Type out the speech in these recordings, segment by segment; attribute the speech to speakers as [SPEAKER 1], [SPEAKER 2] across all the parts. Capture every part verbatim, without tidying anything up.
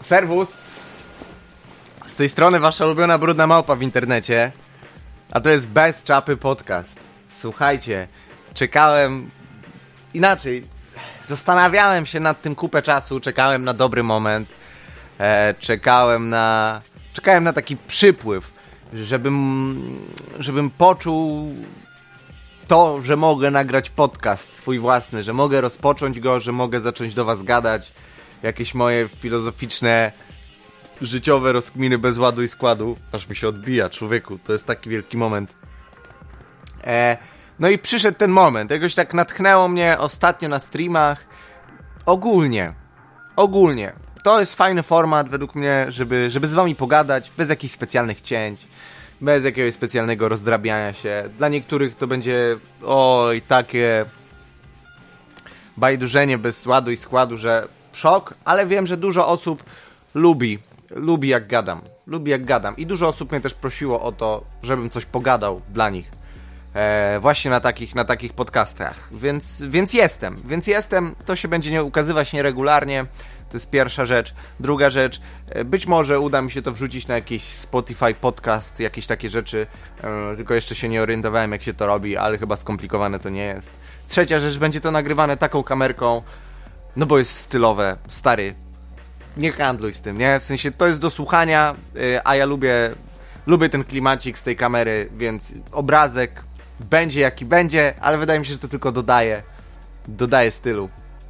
[SPEAKER 1] Serwus! Z tej strony wasza ulubiona brudna małpa w internecie, a to jest Bez Czapy Podcast. Słuchajcie, czekałem... Inaczej, zastanawiałem się nad tym kupę czasu, czekałem na dobry moment, e, czekałem na... Czekałem na taki przypływ, żebym, żebym poczuł to, że mogę nagrać podcast swój własny, że mogę rozpocząć go, że mogę zacząć do was gadać jakieś moje filozoficzne, życiowe rozkminy bez ładu i składu. Aż mi się odbija, człowieku, to jest taki wielki moment. E, no i przyszedł ten moment, jakoś tak natchnęło mnie ostatnio na streamach. Ogólnie, ogólnie, to jest fajny format według mnie, żeby, żeby z wami pogadać, bez jakichś specjalnych cięć, bez jakiegoś specjalnego rozdrabiania się. Dla niektórych to będzie, oj, takie bajdurzenie bez ładu i składu, że szok, ale wiem, że dużo osób lubi, lubi jak gadam, lubi jak gadam i dużo osób mnie też prosiło o to, żebym coś pogadał dla nich, e, właśnie na takich, na takich podcastach, więc, więc jestem, więc jestem, to się będzie nie ukazywać nieregularnie, to jest pierwsza rzecz. Druga rzecz, być może uda mi się to wrzucić na jakiś Spotify podcast, jakieś takie rzeczy, e, tylko jeszcze się nie orientowałem jak się to robi, ale chyba skomplikowane to nie jest. Trzecia rzecz, będzie to nagrywane taką kamerką, no bo jest stylowe, stary, nie handluj z tym, nie? W sensie to jest do słuchania, yy, a ja lubię, lubię ten klimacik z tej kamery, więc obrazek będzie jaki będzie, ale wydaje mi się, że to tylko dodaje, dodaje stylu.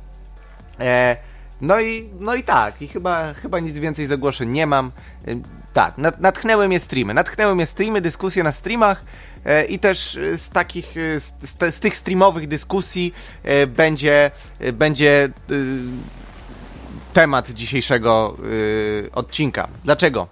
[SPEAKER 1] E, no i, no i tak, i chyba, chyba nic więcej zagłoszeń nie mam. E, tak, nat, natchnęły mnie streamy, natchnęły mnie streamy, dyskusje na streamach, i też z takich, z, z, z tych streamowych dyskusji e, będzie, e, będzie e, temat dzisiejszego e, odcinka. Dlaczego?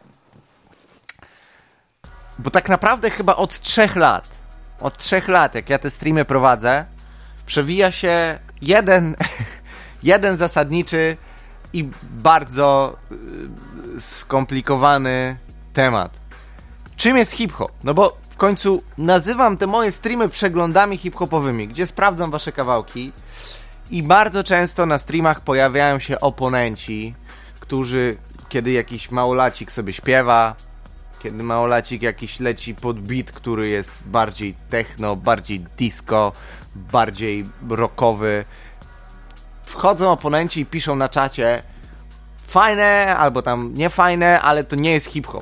[SPEAKER 1] Bo tak naprawdę chyba od trzech lat, od trzech lat, jak ja te streamy prowadzę, przewija się jeden, jeden zasadniczy i bardzo e, skomplikowany temat. Czym jest hip-hop? No bo w końcu nazywam te moje streamy przeglądami hip-hopowymi, gdzie sprawdzam wasze kawałki i bardzo często na streamach pojawiają się oponenci, którzy, kiedy jakiś małolacik sobie śpiewa, kiedy małolacik jakiś leci pod beat, który jest bardziej techno, bardziej disco, bardziej rockowy, wchodzą oponenci i piszą na czacie fajne, albo tam nie fajne, ale to nie jest hip-hop.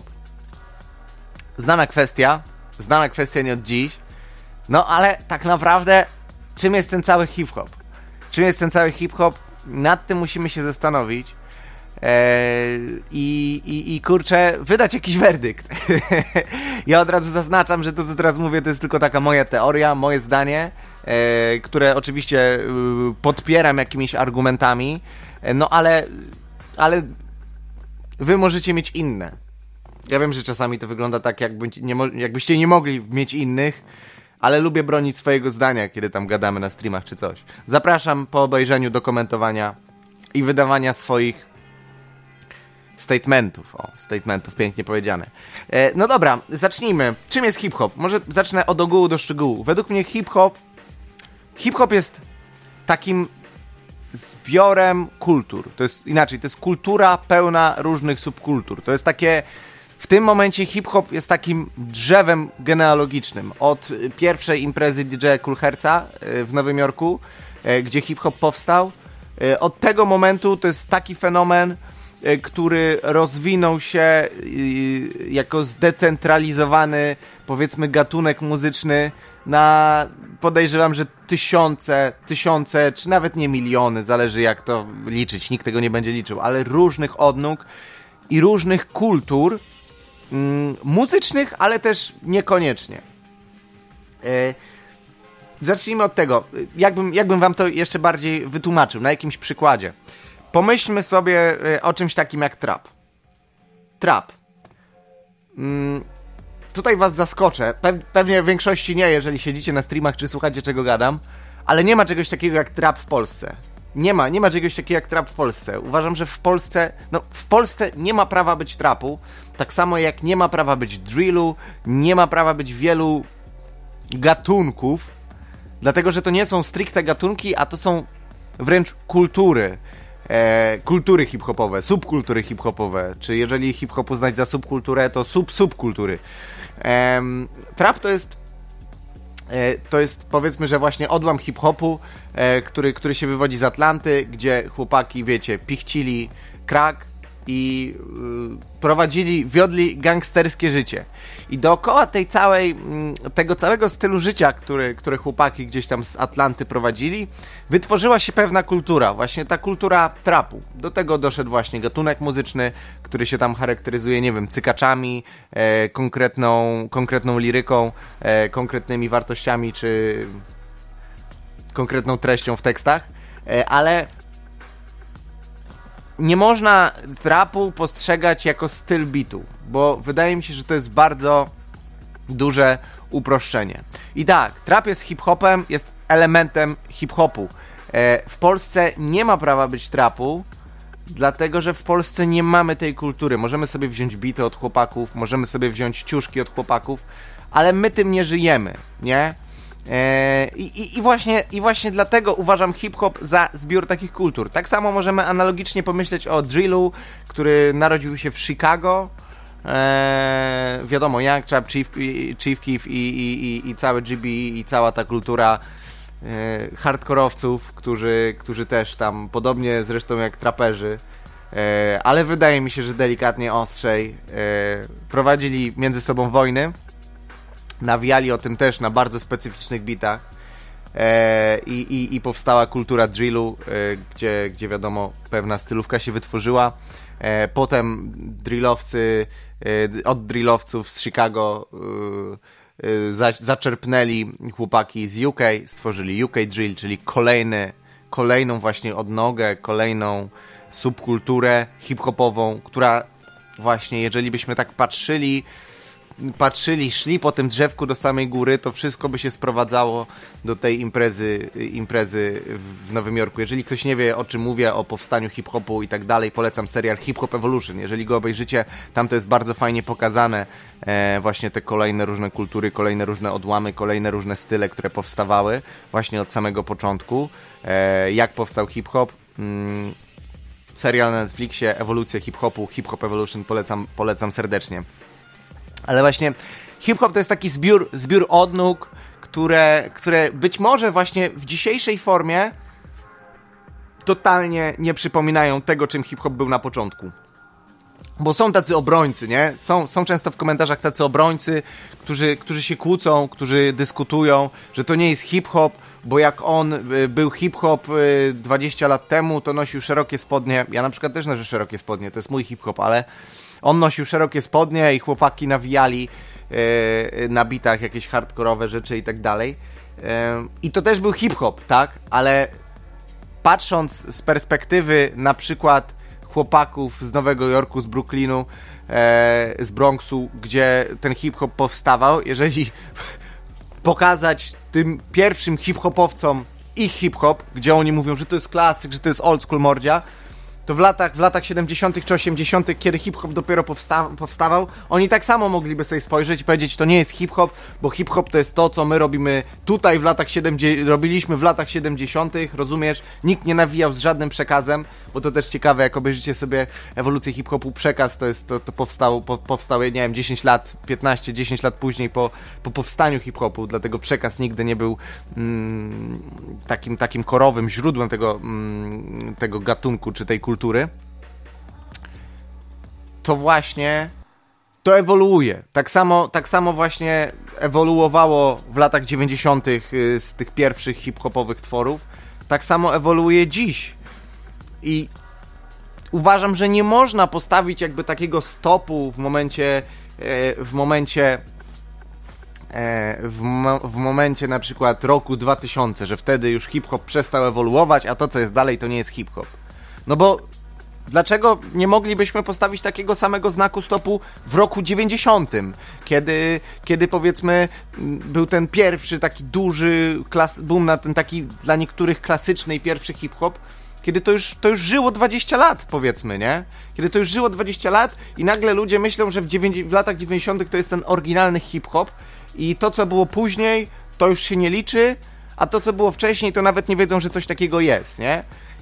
[SPEAKER 1] Znana kwestia, znana kwestia nie od dziś, no ale tak naprawdę czym jest ten cały hip-hop? Czym jest ten cały hip-hop? Nad tym musimy się zastanowić eee, i, i, i kurczę, wydać jakiś werdykt. Ja od razu zaznaczam, że to co teraz mówię to jest tylko taka moja teoria, moje zdanie, eee, które oczywiście yy, podpieram jakimiś argumentami, e, no ale, ale wy możecie mieć inne. Ja wiem, że czasami to wygląda tak, jakby nie mo- jakbyście nie mogli mieć innych, ale lubię bronić swojego zdania, kiedy tam gadamy na streamach czy coś. Zapraszam po obejrzeniu do komentowania i wydawania swoich statementów. O, statementów, pięknie powiedziane. E, no dobra, zacznijmy. Czym jest hip-hop? Może zacznę od ogółu do szczegółu. Według mnie hip-hop hip-hop jest takim zbiorem kultur. To jest inaczej, to jest kultura pełna różnych subkultur. To jest takie... W tym momencie hip-hop jest takim drzewem genealogicznym. Od pierwszej imprezy D J Cool Herca w Nowym Jorku, gdzie hip-hop powstał. Od tego momentu to jest taki fenomen, który rozwinął się jako zdecentralizowany, powiedzmy, gatunek muzyczny na, podejrzewam, że tysiące, tysiące, czy nawet nie miliony, zależy jak to liczyć, nikt tego nie będzie liczył, ale różnych odnóg i różnych kultur, Mm, muzycznych, ale też niekoniecznie. E, zacznijmy od tego. Jakbym, jakbym wam to jeszcze bardziej wytłumaczył, na jakimś przykładzie. Pomyślmy sobie e, o czymś takim jak trap. Trap. Mm, tutaj was zaskoczę. Pe- pewnie w większości nie, jeżeli siedzicie na streamach, czy słuchacie czego gadam, ale nie ma czegoś takiego jak trap w Polsce. Nie ma, nie ma czegoś takiego jak trap w Polsce. Uważam, że w Polsce, no w Polsce nie ma prawa być trapu, tak samo jak nie ma prawa być drillu, nie ma prawa być wielu gatunków, dlatego, że to nie są stricte gatunki, a to są wręcz kultury. e, kultury hip-hopowe, subkultury hip-hopowe, czy jeżeli hip-hop uznać za subkulturę, to sub-subkultury. E, trap to jest e, to jest powiedzmy, że właśnie odłam hip-hopu, e, który, który się wywodzi z Atlanty, gdzie chłopaki, wiecie, pichcili crack i y, prowadzili, wiodli gangsterskie życie. I dookoła tej całej, tego całego stylu życia, który, które chłopaki gdzieś tam z Atlanty prowadzili, wytworzyła się pewna kultura, właśnie ta kultura trapu. Do tego doszedł właśnie gatunek muzyczny, który się tam charakteryzuje, nie wiem, cykaczami, e, konkretną, konkretną liryką, e, konkretnymi wartościami, czy konkretną treścią w tekstach, e, ale nie można trapu postrzegać jako styl bitu, bo wydaje mi się, że to jest bardzo duże uproszczenie. I tak, trap jest hip-hopem, jest elementem hip-hopu. E, w Polsce nie ma prawa być trapu, dlatego że w Polsce nie mamy tej kultury. Możemy sobie wziąć bity od chłopaków, możemy sobie wziąć ciuszki od chłopaków, ale my tym nie żyjemy, nie? I, i, i, właśnie, I właśnie dlatego uważam hip-hop za zbiór takich kultur. Tak samo możemy analogicznie pomyśleć o drillu, który narodził się w Chicago. Eee, wiadomo, Young Chap, Chief, Chief Keef i, i, i, i całe G B i cała ta kultura e, hardkorowców, którzy, którzy też tam, podobnie zresztą jak traperzy, e, ale wydaje mi się, że delikatnie ostrzej e, prowadzili między sobą wojny. Nawijali o tym też na bardzo specyficznych bitach e, i, i, i powstała kultura drillu, e, gdzie, gdzie wiadomo, pewna stylówka się wytworzyła. E, potem drillowcy, e, od drillowców z Chicago e, e, za, zaczerpnęli chłopaki z U K, stworzyli U K drill, czyli kolejny, kolejną właśnie odnogę, kolejną subkulturę hip-hopową, która właśnie, jeżeli byśmy tak patrzyli, patrzyli, szli po tym drzewku do samej góry, to wszystko by się sprowadzało do tej imprezy, imprezy w Nowym Jorku. Jeżeli ktoś nie wie, o czym mówię, o powstaniu hip-hopu i tak dalej, polecam serial Hip Hop Evolution. Jeżeli go obejrzycie, tam to jest bardzo fajnie pokazane, e, właśnie te kolejne różne kultury, kolejne różne odłamy, kolejne różne style, które powstawały właśnie od samego początku. E, jak powstał hip-hop. Mm, serial na Netflixie, ewolucja hip-hopu, Hip Hop Evolution, polecam, polecam serdecznie. Ale właśnie hip-hop to jest taki zbiór, zbiór odnóg, które, które być może właśnie w dzisiejszej formie totalnie nie przypominają tego, czym hip-hop był na początku. Bo są tacy obrońcy, nie? Są, są często w komentarzach tacy obrońcy, którzy, którzy się kłócą, którzy dyskutują, że to nie jest hip-hop, bo jak on y, był hip-hop y, dwadzieścia lat temu, to nosił szerokie spodnie. Ja na przykład też noszę szerokie spodnie, to jest mój hip-hop, ale on nosił szerokie spodnie i chłopaki nawijali y, na bitach jakieś hardkorowe rzeczy i tak dalej. Y, I to też był hip-hop, tak? Ale patrząc z perspektywy na przykład chłopaków z Nowego Jorku, z Brooklynu, e, z Bronxu, gdzie ten hip-hop powstawał, jeżeli pokazać tym pierwszym hip-hopowcom ich hip-hop, gdzie oni mówią, że to jest klasyk, że to jest old school mordzia, to w latach, w latach siedemdziesiątych czy osiemdziesiątych, kiedy hip-hop dopiero powsta- powstawał, oni tak samo mogliby sobie spojrzeć i powiedzieć, to nie jest hip-hop, bo hip-hop to jest to, co my robimy tutaj w latach siedemdziesiątych, robiliśmy w latach siedemdziesiątych, rozumiesz? Nikt nie nawijał z żadnym przekazem, bo to też ciekawe, jak obejrzycie sobie ewolucję hip-hopu, przekaz to jest, to, to powstał, po, powstał, nie wiem, dziesięć lat, piętnaście, dziesięć lat później po, po powstaniu hip-hopu, dlatego przekaz nigdy nie był mm, takim, takim korowym źródłem tego, mm, tego gatunku, czy tej kultury. kultury, to właśnie to ewoluuje. Tak samo, tak samo właśnie ewoluowało w latach dziewięćdziesiątych z tych pierwszych hip-hopowych tworów. Tak samo ewoluuje dziś. I uważam, że nie można postawić jakby takiego stopu w momencie w momencie w, mo- w momencie na przykład roku dwa tysiące, że wtedy już hip-hop przestał ewoluować, a to, co jest dalej, to nie jest hip-hop. No bo dlaczego nie moglibyśmy postawić takiego samego znaku stopu w roku dziewięćdziesiątym, kiedy, kiedy powiedzmy był ten pierwszy taki duży klas- boom na ten taki dla niektórych klasyczny pierwszy hip-hop, kiedy to już, to już żyło dwadzieścia lat, powiedzmy, nie? Kiedy to już żyło dwadzieścia lat i nagle ludzie myślą, że w, dziewięć- w latach dziewięćdziesiątych to jest ten oryginalny hip-hop i to, co było później, to już się nie liczy, a to, co było wcześniej, to nawet nie wiedzą, że coś takiego jest, nie?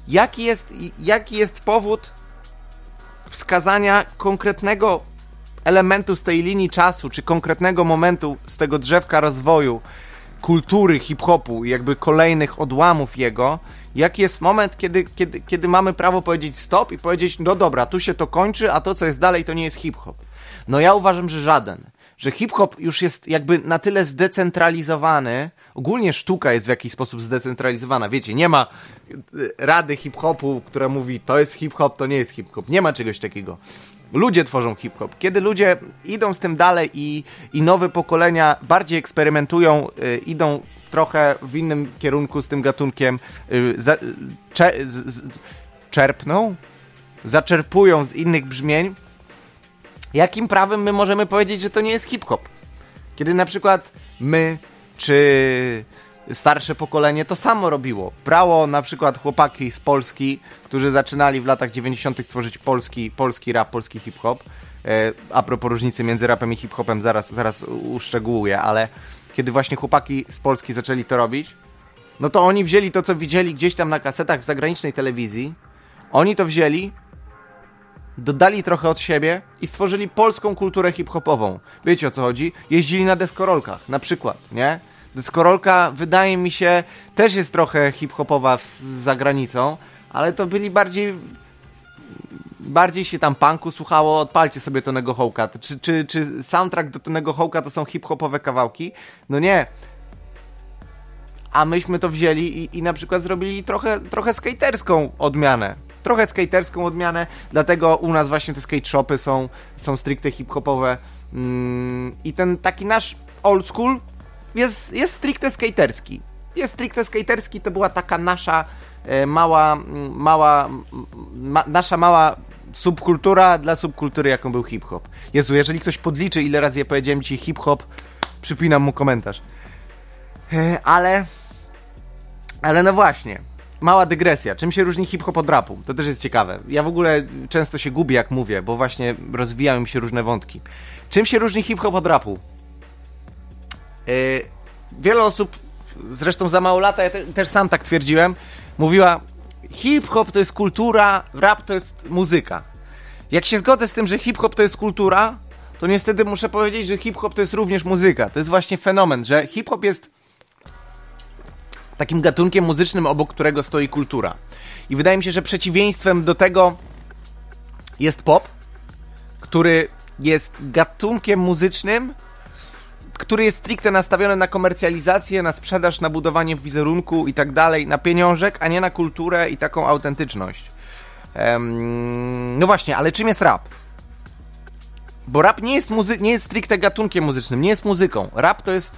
[SPEAKER 1] Jaki jest, jaki jest powód wskazania konkretnego elementu z tej linii czasu, czy konkretnego momentu z tego drzewka rozwoju kultury hip-hopu i jakby kolejnych odłamów jego, jaki jest moment, kiedy, kiedy, kiedy mamy prawo powiedzieć stop i powiedzieć, no dobra, tu się to kończy, a to, co jest dalej, to nie jest hip-hop. No ja uważam, że żaden. Że hip-hop już jest jakby na tyle zdecentralizowany, ogólnie sztuka jest w jakiś sposób zdecentralizowana, wiecie, nie ma rady hip-hopu, która mówi, to jest hip-hop, to nie jest hip-hop, nie ma czegoś takiego. Ludzie tworzą hip-hop. Kiedy ludzie idą z tym dalej i, i nowe pokolenia bardziej eksperymentują, yy, idą trochę w innym kierunku z tym gatunkiem, yy, za, cze, z, z, czerpną, zaczerpują z innych brzmień, jakim prawem my możemy powiedzieć, że to nie jest hip-hop? Kiedy na przykład my, czy starsze pokolenie to samo robiło. Brało na przykład chłopaki z Polski, którzy zaczynali w latach dziewięćdziesiątych tworzyć polski, polski rap, polski hip-hop. E, a propos różnicy między rapem i hip-hopem, zaraz, zaraz uszczegółuję, ale kiedy właśnie chłopaki z Polski zaczęli to robić, no to oni wzięli to, co widzieli gdzieś tam na kasetach w zagranicznej telewizji, oni to wzięli, dodali trochę od siebie i stworzyli polską kulturę hip-hopową. Wiecie, o co chodzi? Jeździli na deskorolkach, na przykład, nie? Deskorolka, wydaje mi się, też jest trochę hip-hopowa w, za granicą, ale to byli bardziej... Bardziej się tam punku słuchało, odpalcie sobie Tonego Hawka. Czy, czy, czy soundtrack do Tonego Hawka to są hip-hopowe kawałki? No nie. A myśmy to wzięli i, i na przykład zrobili trochę, trochę skaterską odmianę. Trochę skaterską odmianę, dlatego u nas właśnie te skate shopy są, są stricte hip-hopowe. Mm, I ten taki nasz old school jest, jest stricte skaterski. Jest stricte skaterski, to była taka nasza e, mała, mała, ma, nasza mała subkultura dla subkultury, jaką był hip-hop. Jezu, jeżeli ktoś podliczy, ile razy ja powiedziałem ci hip-hop, przypinam mu komentarz. E, ale, ale no właśnie, mała dygresja. Czym się różni hip-hop od rapu? To też jest ciekawe. Ja w ogóle często się gubię, jak mówię, bo właśnie rozwijają mi się różne wątki. Czym się różni hip-hop od rapu? E, wiele osób, zresztą za mało lata, ja te, też sam tak twierdziłem, mówiła, hip-hop to jest kultura, rap to jest muzyka. Jak się zgodzę z tym, że hip-hop to jest kultura, to niestety muszę powiedzieć, że hip-hop to jest również muzyka. To jest właśnie fenomen, że hip-hop jest takim gatunkiem muzycznym, obok którego stoi kultura. I wydaje mi się, że przeciwieństwem do tego jest pop, który jest gatunkiem muzycznym, który jest stricte nastawiony na komercjalizację, na sprzedaż, na budowanie wizerunku i tak dalej, na pieniążek, a nie na kulturę i taką autentyczność. Um, no właśnie, ale czym jest rap? Bo rap nie jest, muzy- nie jest stricte gatunkiem muzycznym, nie jest muzyką. Rap to jest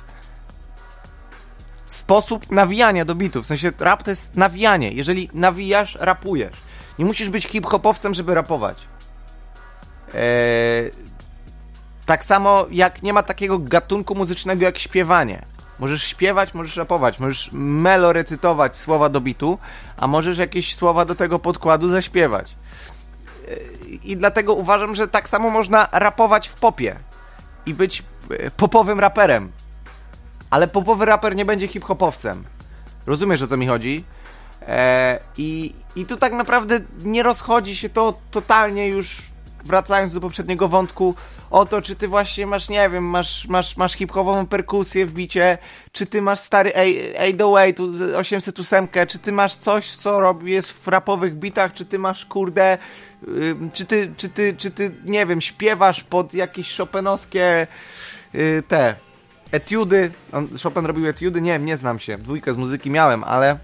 [SPEAKER 1] sposób nawijania do bitu. W sensie rap to jest nawijanie. Jeżeli nawijasz, rapujesz. Nie musisz być hip-hopowcem, żeby rapować. Eee... Tak samo jak nie ma takiego gatunku muzycznego jak śpiewanie. Możesz śpiewać, możesz rapować, możesz melorecytować słowa do bitu, a możesz jakieś słowa do tego podkładu zaśpiewać. I dlatego uważam, że tak samo można rapować w popie i być popowym raperem. Ale popowy raper nie będzie hip-hopowcem. Rozumiesz, o co mi chodzi? Eee, i, I tu tak naprawdę nie rozchodzi się to totalnie już, wracając do poprzedniego wątku, o to, czy ty właśnie masz, nie wiem, masz, masz, masz hip-hopową perkusję w bicie, czy ty masz stary osiem oh osiem, osiemset osiem, czy ty masz coś, co robi, jest w rapowych bitach, czy ty masz, kurde, yy, czy ty, czy ty, czy ty, nie wiem, śpiewasz pod jakieś chopinowskie yy, te etiudy. On, Chopin robił etiudy? Nie wiem, nie znam się. Dwójkę z muzyki miałem, ale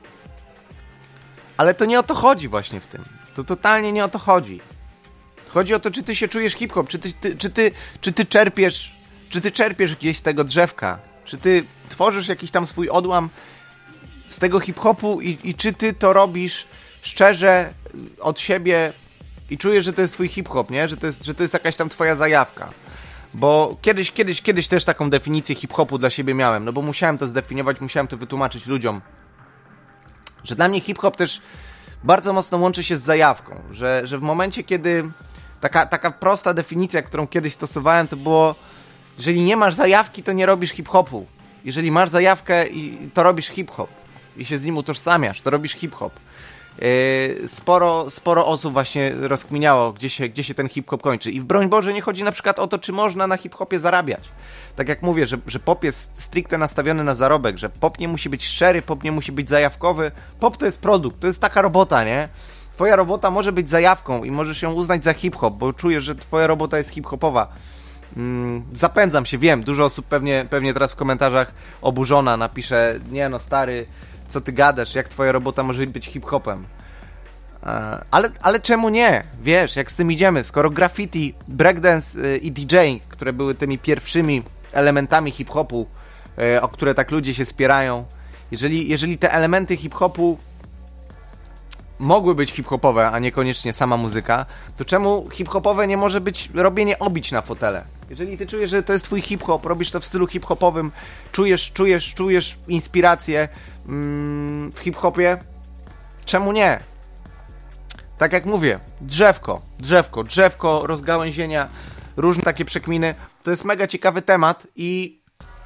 [SPEAKER 1] ale to nie o to chodzi właśnie w tym. To totalnie nie o to chodzi. Chodzi o to, czy ty się czujesz hip-hop, czy ty, ty, czy ty, czy ty czerpiesz, czy ty czerpiesz gdzieś z tego drzewka, czy ty tworzysz jakiś tam swój odłam z tego hip-hopu i, i czy ty to robisz szczerze od siebie i czujesz, że to jest twój hip-hop, nie? Że to jest, że to jest jakaś tam twoja zajawka. Bo kiedyś, kiedyś, kiedyś też taką definicję hip-hopu dla siebie miałem, no bo musiałem to zdefiniować, musiałem to wytłumaczyć ludziom, że dla mnie hip-hop też bardzo mocno łączy się z zajawką, że, że w momencie, kiedy taka, taka prosta definicja, którą kiedyś stosowałem, to było, jeżeli nie masz zajawki, to nie robisz hip-hopu. Jeżeli masz zajawkę, i to robisz hip-hop i się z nim utożsamiasz, to robisz hip-hop. Yy, sporo, sporo osób właśnie rozkminiało, gdzie się, gdzie się ten hip-hop kończy. I w broń Boże nie chodzi na przykład o to, czy można na hip-hopie zarabiać. Tak jak mówię, że, że pop jest stricte nastawiony na zarobek, że pop nie musi być szczery, pop nie musi być zajawkowy. Pop to jest produkt, to jest taka robota, nie? Twoja robota może być zajawką i możesz ją uznać za hip-hop, bo czujesz, że twoja robota jest hip-hopowa. Mm, zapędzam się, wiem, dużo osób pewnie, pewnie teraz w komentarzach oburzona napisze, nie no stary, co ty gadasz, jak twoja robota może być hip-hopem. Ale, ale czemu nie? Wiesz, jak z tym idziemy, skoro graffiti, breakdance i DJing, które były tymi pierwszymi elementami hip-hopu, o które tak ludzie się spierają, jeżeli, jeżeli te elementy hip-hopu mogły być hip-hopowe, a niekoniecznie sama muzyka, to czemu hip-hopowe nie może być robienie obić na fotele? Jeżeli ty czujesz, że to jest twój hip-hop, robisz to w stylu hip-hopowym, czujesz, czujesz, czujesz inspirację mm, w hip-hopie, czemu nie? Tak jak mówię, drzewko, drzewko, drzewko, rozgałęzienia, różne takie przekminy, to jest mega ciekawy temat i,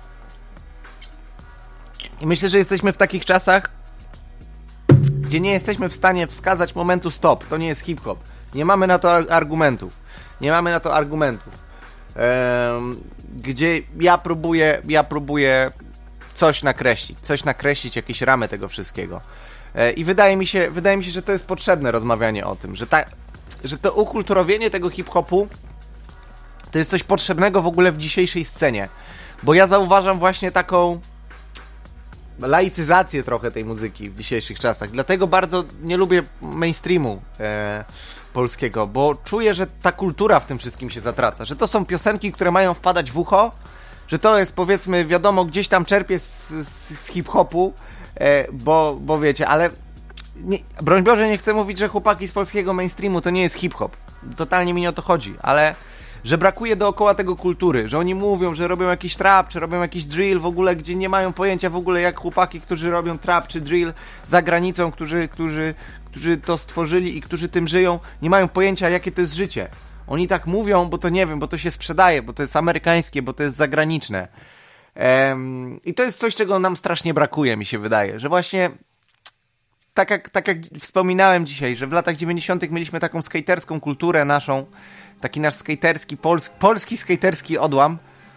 [SPEAKER 1] i myślę, że jesteśmy w takich czasach, gdzie nie jesteśmy w stanie wskazać momentu stop, to nie jest hip-hop. Nie mamy na to argumentów. Nie mamy na to argumentów. Ehm, gdzie ja próbuję, ja próbuję coś nakreślić, coś nakreślić, jakieś ramy tego wszystkiego. E, I wydaje mi się, wydaje mi się, że to jest potrzebne rozmawianie o tym, że, ta, że to ukulturowienie tego hip-hopu to jest coś potrzebnego w ogóle w dzisiejszej scenie. Bo ja zauważam właśnie taką laicyzację trochę tej muzyki w dzisiejszych czasach. Dlatego bardzo nie lubię mainstreamu e, polskiego, bo czuję, że ta kultura w tym wszystkim się zatraca. Że to są piosenki, które mają wpadać w ucho, że to jest, powiedzmy, wiadomo, gdzieś tam czerpie z, z, z hip-hopu, e, bo, bo wiecie, ale nie, broń Boże, nie chcę mówić, że chłopaki z polskiego mainstreamu to nie jest hip-hop. Totalnie mi nie o to chodzi, ale że brakuje dookoła tego kultury, że oni mówią, że robią jakiś trap, czy robią jakiś drill w ogóle, gdzie nie mają pojęcia w ogóle jak chłopaki, którzy robią trap czy drill za granicą, którzy, którzy, którzy to stworzyli i którzy tym żyją, nie mają pojęcia jakie to jest życie. Oni tak mówią, bo to nie wiem, bo to się sprzedaje, bo to jest amerykańskie, bo to jest zagraniczne. Ehm, I to jest coś, czego nam strasznie brakuje, mi się wydaje, że właśnie tak jak, tak jak wspominałem dzisiaj, że w latach dziewięćdziesiątych mieliśmy taką skaterską kulturę naszą, taki nasz skaterski, pols- polski skaterski odłam.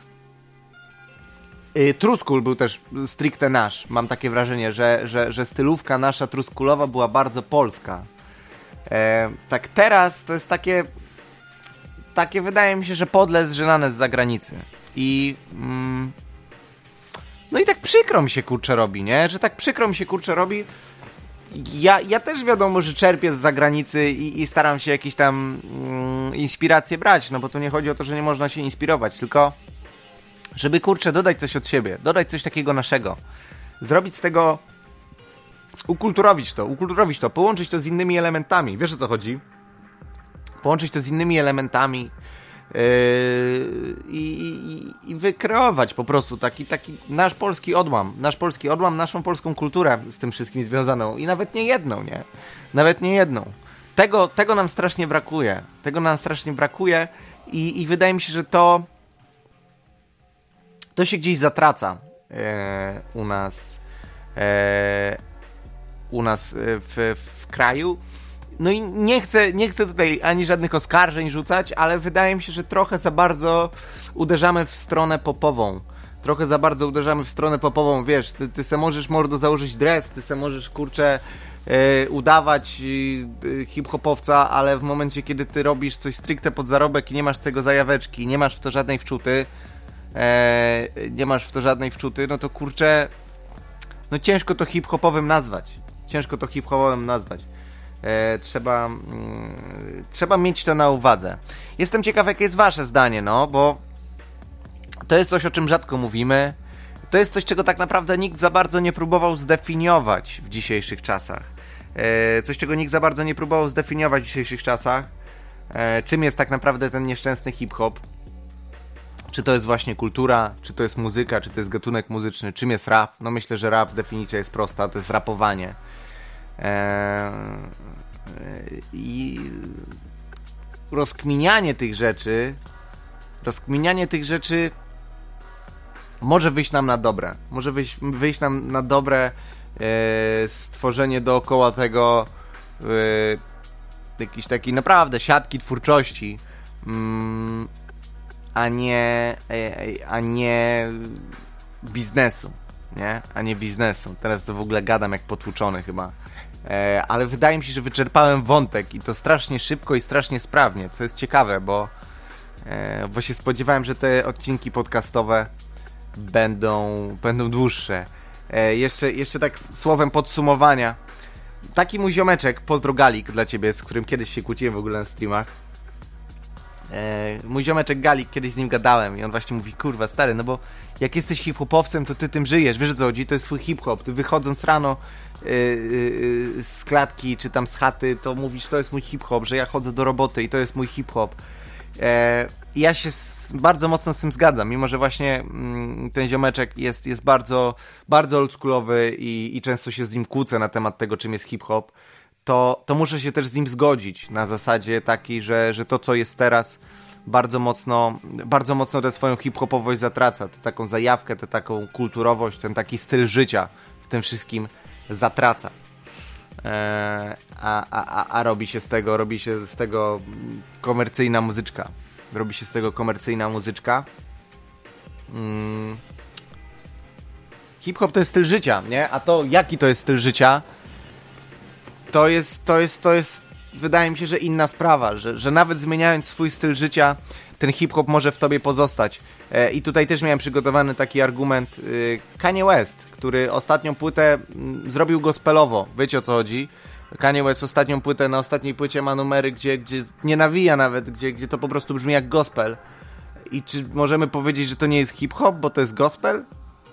[SPEAKER 1] Yy, Truskul był też stricte nasz. Mam takie wrażenie, że, że, że stylówka nasza truskulowa była bardzo polska. E, tak teraz to jest takie, takie wydaje mi się, że podle zżynane z zagranicy. I mm, no i tak przykro mi się kurczę robi, nie? Że tak przykro mi się kurczę robi. Ja, ja też wiadomo, że czerpię z zagranicy i, i staram się jakieś tam mm, inspiracje brać, no bo tu nie chodzi o to, że nie można się inspirować, tylko żeby kurczę dodać coś od siebie, dodać coś takiego naszego, zrobić z tego, ukulturowić to, ukulturowić to, połączyć to z innymi elementami, wiesz o co chodzi? Połączyć to z innymi elementami yy, i, i, i wykreować po prostu taki, taki nasz polski odłam, nasz polski odłam, naszą polską kulturę z tym wszystkim związaną i nawet nie jedną, nie? Nawet nie jedną. Tego, tego nam strasznie brakuje, tego nam strasznie brakuje i, i wydaje mi się, że to to się gdzieś zatraca e, u nas e, u nas w, w kraju. No i nie chcę, nie chcę tutaj ani żadnych oskarżeń rzucać, ale wydaje mi się, że trochę za bardzo uderzamy w stronę popową. Trochę za bardzo uderzamy w stronę popową, wiesz, ty, ty se możesz, mordo, założyć dres, ty se możesz, kurczę, yy, udawać yy, hip-hopowca, ale w momencie, kiedy ty robisz coś stricte pod zarobek i nie masz tego zajaweczki, nie masz w to żadnej wczuty, yy, nie masz w to żadnej wczuty, no to kurczę, no ciężko to hip-hopowym nazwać. Ciężko to hip-hopowym nazwać. E, trzeba, mm, trzeba mieć to na uwadze. Jestem ciekaw, jakie jest wasze zdanie, no, bo to jest coś, o czym rzadko mówimy. To jest coś, czego tak naprawdę nikt za bardzo nie próbował zdefiniować w dzisiejszych czasach. E, coś, czego nikt za bardzo nie próbował zdefiniować w dzisiejszych czasach. E, czym jest tak naprawdę ten nieszczęsny hip-hop? Czy to jest właśnie kultura, czy to jest muzyka, czy to jest gatunek muzyczny? Czym jest rap? No myślę, że rap, definicja jest prosta, to jest rapowanie. Eee, i rozkminianie tych rzeczy rozkminianie tych rzeczy może wyjść nam na dobre może wyjść, wyjść nam na dobre e, stworzenie dookoła tego yy, jakiejś takiej naprawdę siatki twórczości, mm, a nie a nie biznesu, nie? A nie biznesu. Teraz to w ogóle gadam jak potłuczony chyba. E, ale wydaje mi się, że wyczerpałem wątek i to strasznie szybko i strasznie sprawnie, co jest ciekawe, bo, e, bo się spodziewałem, że te odcinki podcastowe będą, będą dłuższe. E, jeszcze, jeszcze tak słowem podsumowania. Taki mój ziomeczek, pozdro Galik dla ciebie, z którym kiedyś się kłóciłem w ogóle na streamach. E, mój ziomeczek Galik, kiedyś z nim gadałem i on właśnie mówi, kurwa stary, no bo jak jesteś hip-hopowcem, to ty tym żyjesz, wiesz o co chodzi, to jest twój hip-hop, ty wychodząc rano yy, yy, z klatki, czy tam z chaty, to mówisz, to jest mój hip-hop, że ja chodzę do roboty i to jest mój hip-hop. E, I ja się z, bardzo mocno z tym zgadzam, mimo że właśnie mm, ten ziomeczek jest, jest bardzo, bardzo oldschoolowy i, i często się z nim kłócę na temat tego, czym jest hip-hop, to, to muszę się też z nim zgodzić na zasadzie takiej, że, że to, co jest teraz, bardzo mocno, bardzo mocno tę swoją hip-hopowość zatraca, tę taką zajawkę, tę taką kulturowość, ten taki styl życia w tym wszystkim zatraca. Eee, a, a, a robi się z tego, robi się z tego komercyjna muzyczka. Robi się z tego komercyjna muzyczka. Hmm. Hip-hop to jest styl życia, nie? A to, jaki to jest styl życia, to jest, to jest, to jest, wydaje mi się, że inna sprawa, że, że nawet zmieniając swój styl życia, ten hip-hop może w tobie pozostać. E, I tutaj też miałem przygotowany taki argument. E, Kanye West, który ostatnią płytę m, zrobił gospelowo, wiecie o co chodzi? Kanye West ostatnią płytę, na ostatniej płycie ma numery, gdzie, gdzie nie nawija nawet, gdzie, gdzie to po prostu brzmi jak gospel. I czy możemy powiedzieć, że to nie jest hip-hop, bo to jest gospel?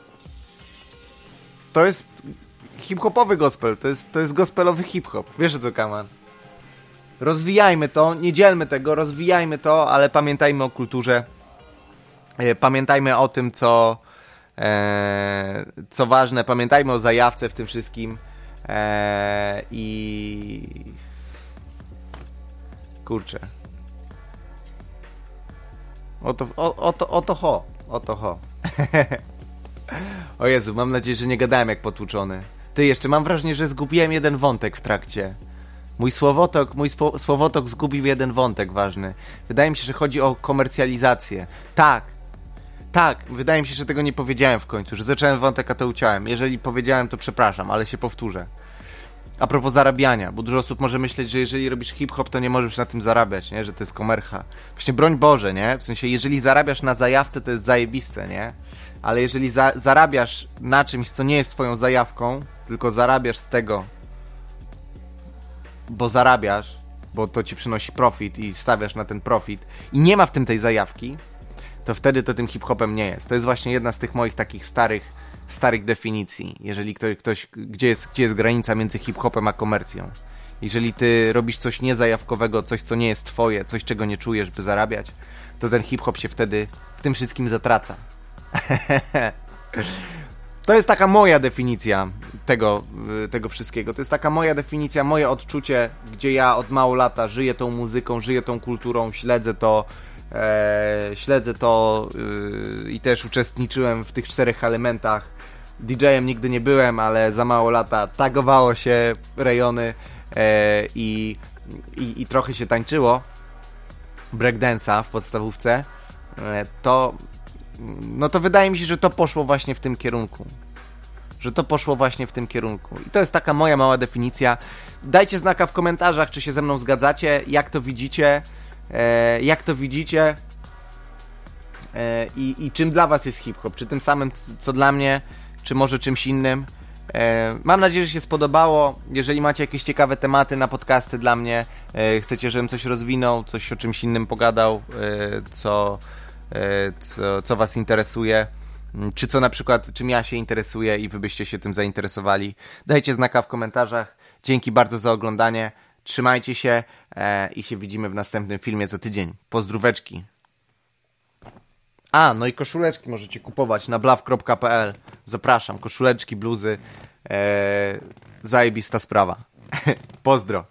[SPEAKER 1] To jest hip-hopowy gospel, to jest, to jest gospelowy hip-hop. Wiesz o co, Kaman? Rozwijajmy to, nie dzielmy tego, rozwijajmy to, ale pamiętajmy o kulturze, pamiętajmy o tym, co, e, co ważne, pamiętajmy o zajawce w tym wszystkim e, i kurczę, o to, o, o to, o to ho, o to ho. O Jezu, mam nadzieję, że nie gadałem jak potłuczony. Ty, jeszcze mam wrażenie, że zgubiłem jeden wątek w trakcie. Mój słowotok, mój spo, słowotok zgubił jeden wątek ważny. Wydaje mi się, że chodzi o komercjalizację. Tak, tak, wydaje mi się, że tego nie powiedziałem w końcu, że zacząłem wątek, a to uciąłem. Jeżeli powiedziałem, to przepraszam, ale się powtórzę. A propos zarabiania, bo dużo osób może myśleć, że jeżeli robisz hip-hop, to nie możesz na tym zarabiać, nie? Że to jest komercha. Właśnie broń Boże, nie? W sensie, jeżeli zarabiasz na zajawce, to jest zajebiste, nie? Ale jeżeli za- zarabiasz na czymś, co nie jest twoją zajawką, tylko zarabiasz z tego, bo zarabiasz, bo to ci przynosi profit i stawiasz na ten profit i nie ma w tym tej zajawki, to wtedy to tym hip-hopem nie jest. To jest właśnie jedna z tych moich takich starych, starych definicji. Jeżeli ktoś, ktoś gdzie jest, gdzie jest granica między hip-hopem a komercją. Jeżeli ty robisz coś niezajawkowego, coś, co nie jest twoje, coś, czego nie czujesz, by zarabiać, to ten hip-hop się wtedy w tym wszystkim zatraca. To jest taka moja definicja tego, tego wszystkiego. To jest taka moja definicja, moje odczucie, gdzie ja od mało lata żyję tą muzyką, żyję tą kulturą, śledzę to, e, śledzę to e, i też uczestniczyłem w tych czterech elementach. D J-em nigdy nie byłem, ale za mało lata tagowało się rejony e, i, i, i trochę się tańczyło breakdance'a w podstawówce. E, to no to wydaje mi się, że to poszło właśnie w tym kierunku. Że to poszło właśnie w tym kierunku. I to jest taka moja mała definicja. Dajcie znaka w komentarzach, czy się ze mną zgadzacie, jak to widzicie, e, jak to widzicie e, i, i czym dla was jest hip-hop. Czy tym samym, co dla mnie, czy może czymś innym. E, mam nadzieję, że się spodobało. Jeżeli macie jakieś ciekawe tematy na podcasty dla mnie, e, chcecie, żebym coś rozwinął, coś o czymś innym pogadał, e, co... Co, co was interesuje, czy co na przykład, czym ja się interesuję i wy byście się tym zainteresowali. Dajcie znaka w komentarzach. Dzięki bardzo za oglądanie. Trzymajcie się e, i się widzimy w następnym filmie za tydzień. Pozdróweczki. A, no i koszuleczki możecie kupować na blaw kropka p l. Zapraszam, koszuleczki, bluzy. E, zajebista sprawa. Pozdro.